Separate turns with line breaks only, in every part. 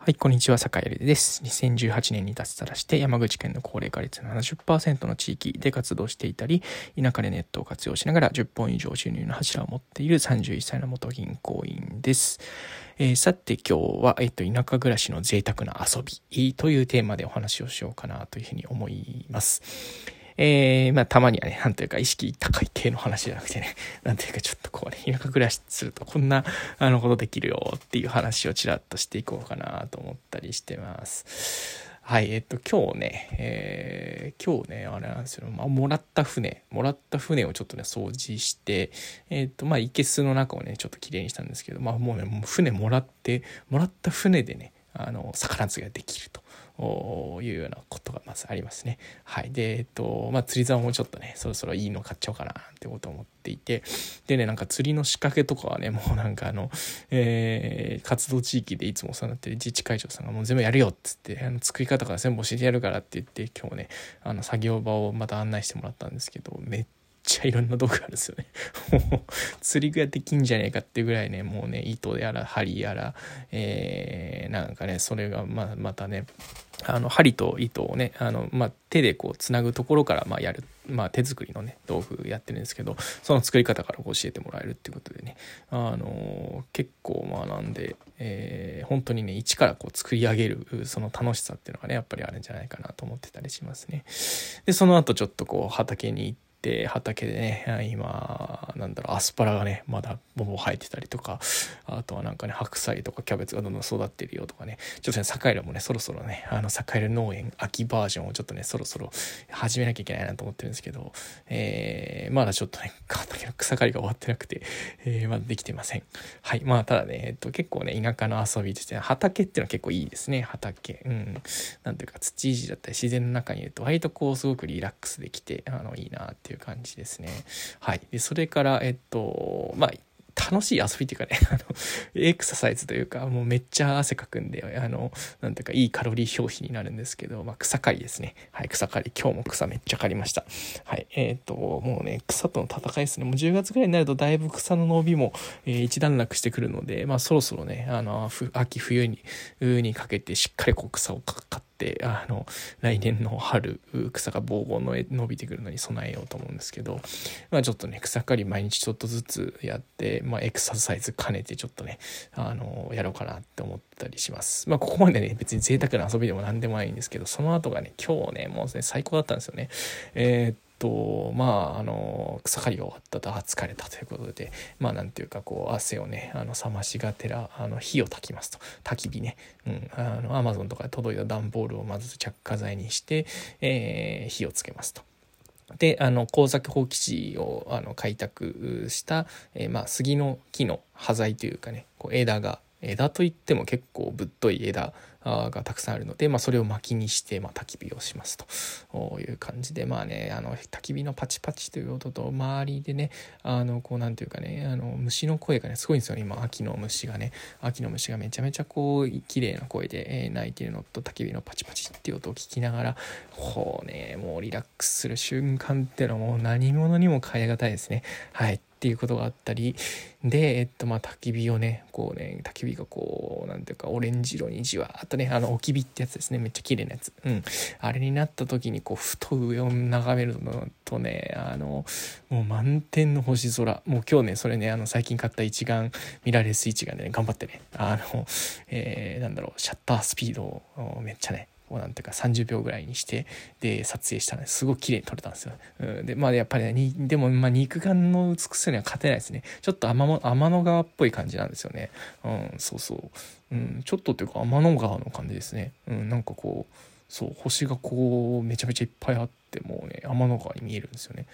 はい、こんにちは、坂井です。2018年に脱サラして山口県の高齢化率 70% の地域で活動していたり、田舎でネットを活用しながら10本以上収入の柱を持っている31歳の元銀行員です。さて今日は、田舎暮らしの贅沢な遊びというテーマでお話をしようかなというふうに思います。たまにはね、なんというか意識高い系の話じゃなくてね、なんというかちょっとこうね、田舎暮らしするとこんなことできるよっていう話をちらっとしていこうかなと思ったりしてます。はい、今日ね、あれなんですよ、もらった船をちょっとね、掃除して、生けすの中をね、ちょっときれいにしたんですけど、もうね、船もらった船でね、魚釣りができると。いうようなことがまずありますね。はい。で、釣り竿もちょっとね、そろそろいいの買っちゃおうかなってことを思っていて、でね、なんか釣りの仕掛けとかはね、もうなんか活動地域でいつもお世話になってる自治会長さんがもう全部やるよっつって、作り方から全部教えてやるからって言って、今日ね、作業場をまた案内してもらったんですけど、めっちゃいろんな道具あるんですよね。もう釣り具ができんじゃねえかっていうぐらいね、もうね、糸やら針やら、なんかね、それがまたね、針と糸をね、手でこうつなぐところからやる、手作りのね道具やってるんですけど、その作り方から教えてもらえるっていうことでね、結構学んで、本当にね一からこう作り上げるその楽しさっていうのがねやっぱりあるんじゃないかなと思ってたりしますね。でその後ちょっとこう畑に行って、畑でね今アスパラがねまだボボ生えてたりとか、あとはなんかね白菜とかキャベツがどんどん育ってるよとかね、ちょっとね坂井もねそろそろね坂井農園秋バージョンをちょっとねそろそろ始めなきゃいけないなと思ってるんですけど、まだちょっとね畑の草刈りが終わってなくて、まだできてません。はい。ただね、結構ね田舎の遊びですね、畑っていうのは結構いいですね。畑、なんていうか土いじだったり自然の中にいると割とこうすごくリラックスできていいなっていう感じですね。はい。でそれから楽しい遊びっていうかねエクササイズというか、もうめっちゃ汗かくんでなんていうかいいカロリー消費になるんですけど、草刈りですね。はい。草刈り、今日も草めっちゃ刈りました。はい。もうね草との戦いですね。もう10月ぐらいになるとだいぶ草の伸びも、一段落してくるので、そろそろね秋冬にかけてしっかりこう草を刈って来年の春草がボーボー伸びてくるのに備えようと思うんですけど、ちょっとね草刈り毎日ちょっとずつやって、エクササイズ兼ねてちょっとねやろうかなって思ったりします。ここまでね別に贅沢な遊びでも何でもないんですけど、その後がね今日ねもうね最高だったんですよね。草刈りが終わったと疲れたということで、なんていうかこう汗をね冷ましがてら火を焚きますと、焚き火ね、Amazon とかで届いた段ボールをまず着火剤にして、火をつけますと。で耕作放棄地を開拓した、杉の木の端材というかね、こう枝といっても結構ぶっとい枝がたくさんあるので、それを薪にして、焚き火をしますという感じで、焚き火のパチパチという音と周りでねこうなんていうかね虫の声がねすごいんですよね。今秋の虫がめちゃめちゃこう綺麗な声で、鳴いているのと焚き火のパチパチっていう音を聞きながらこうねもうリラックスする瞬間っていうのはもう何者にも代え難いですね。はいっていうことがあったりで、焚き火をね焚き火がこうなんていうかオレンジ色にじわーっとね置き火ってやつですね、めっちゃ綺麗なやつ、あれになった時にこうふと上を眺めるのとねもう満天の星空、もう今日ねそれね最近買った一眼ミラーレス一眼でね頑張ってねシャッタースピードをめっちゃねなんていうか30秒ぐらいにしてで撮影したら、ね、すごく綺麗に撮れたんですよ。でやっぱりねでも肉眼の美しさには勝てないですね。ちょっと天の川っぽい感じなんですよね。そうそう、ちょっとっていうか天の川の感じですね。なんかこうそう星がこうめちゃめちゃいっぱいあってもうね天の川に見えるんですよね。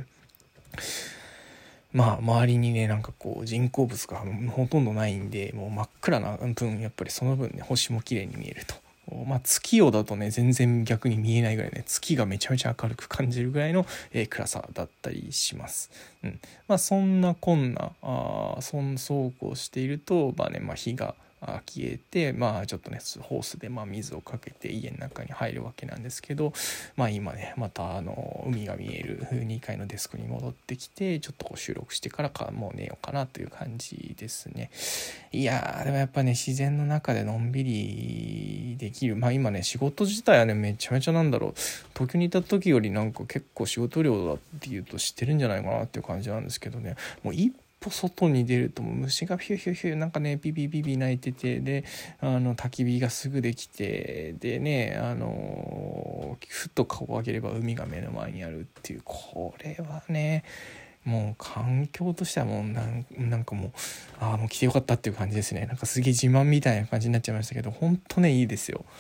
周りにねなんかこう人工物がほとんどないんでもう真っ暗な分やっぱりその分ね星も綺麗に見えると。月夜だとね全然逆に見えないぐらいね月がめちゃめちゃ明るく感じるぐらいの、暗さだったりします。そんなこんなそうこうしていると日が消えて、ちょっとねホースで水をかけて家の中に入るわけなんですけど、今ねまた海が見える2階のデスクに戻ってきて、ちょっと収録してからもう寝ようかなという感じですね。いやーでもやっぱね、自然の中でのんびりできる、今ね仕事自体はねめちゃめちゃ東京にいた時より結構仕事量だっていうと知ってるんじゃないかなっていう感じなんですけどね、もう一歩外に出るともう虫がヒューヒューヒュービビビビ鳴いてて、で焚き火がすぐできて、でねふっと顔を上げれば海が目の前にあるっていう、これはねもう環境としてはもうなんかもうもう来てよかったっていう感じですね。すげえ自慢みたいな感じになっちゃいましたけど、本当ねいいですよ。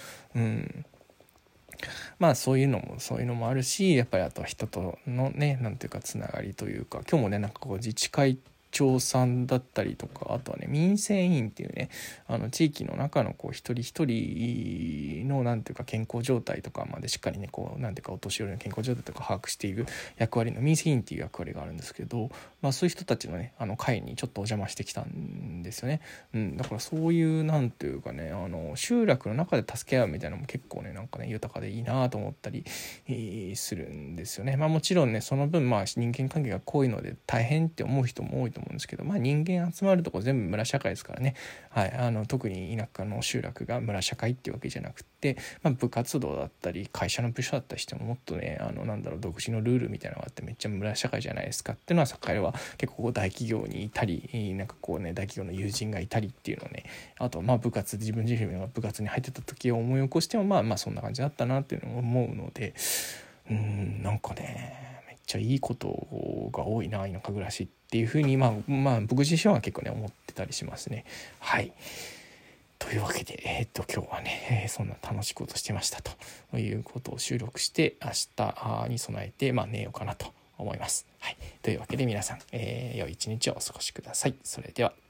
そういうのもあるし、やっぱりあと人とのねなんていうかつながりというか、今日もね自治会長さんだったりとか、あとはね民生委員っていうね地域の中の一人一人のなんていうか健康状態とかまでしっかりねなんていうかお年寄りの健康状態とか把握している役割の民生委員っていう役割があるんですけど、そういう人たちのね会にちょっとお邪魔してきたんですよね。だからそういうなんていうかね集落の中で助け合うみたいなのも結構ね豊かでいいなと思ったり、するんですよね。もちろんねその分人間関係が濃いので大変って思う人も多いと思うんですけど、人間集まるとこ全部村社会ですからね。特に田舎の集落が村社会っていうわけじゃなくて、部活動だったり会社の部署だったりしてももっとね独自のルールみたいなのがあってめっちゃ村社会じゃないですかっていうのは彼は結構大企業にいたり大企業の友人がいたりっていうのをね、あと部活自分自身が部活に入ってた時を思い起こしてもそんな感じだったなっていうのを思うので、めっちゃいいことが多いな田舎暮らしっていうふうに僕自身は結構ね思ってたりしますね。はいというわけで、今日はね、そんな楽しいことしてましたということを収録して明日に備えて寝ようかなと思います。はい、というわけで皆さん、良い一日をお過ごしください。それでは。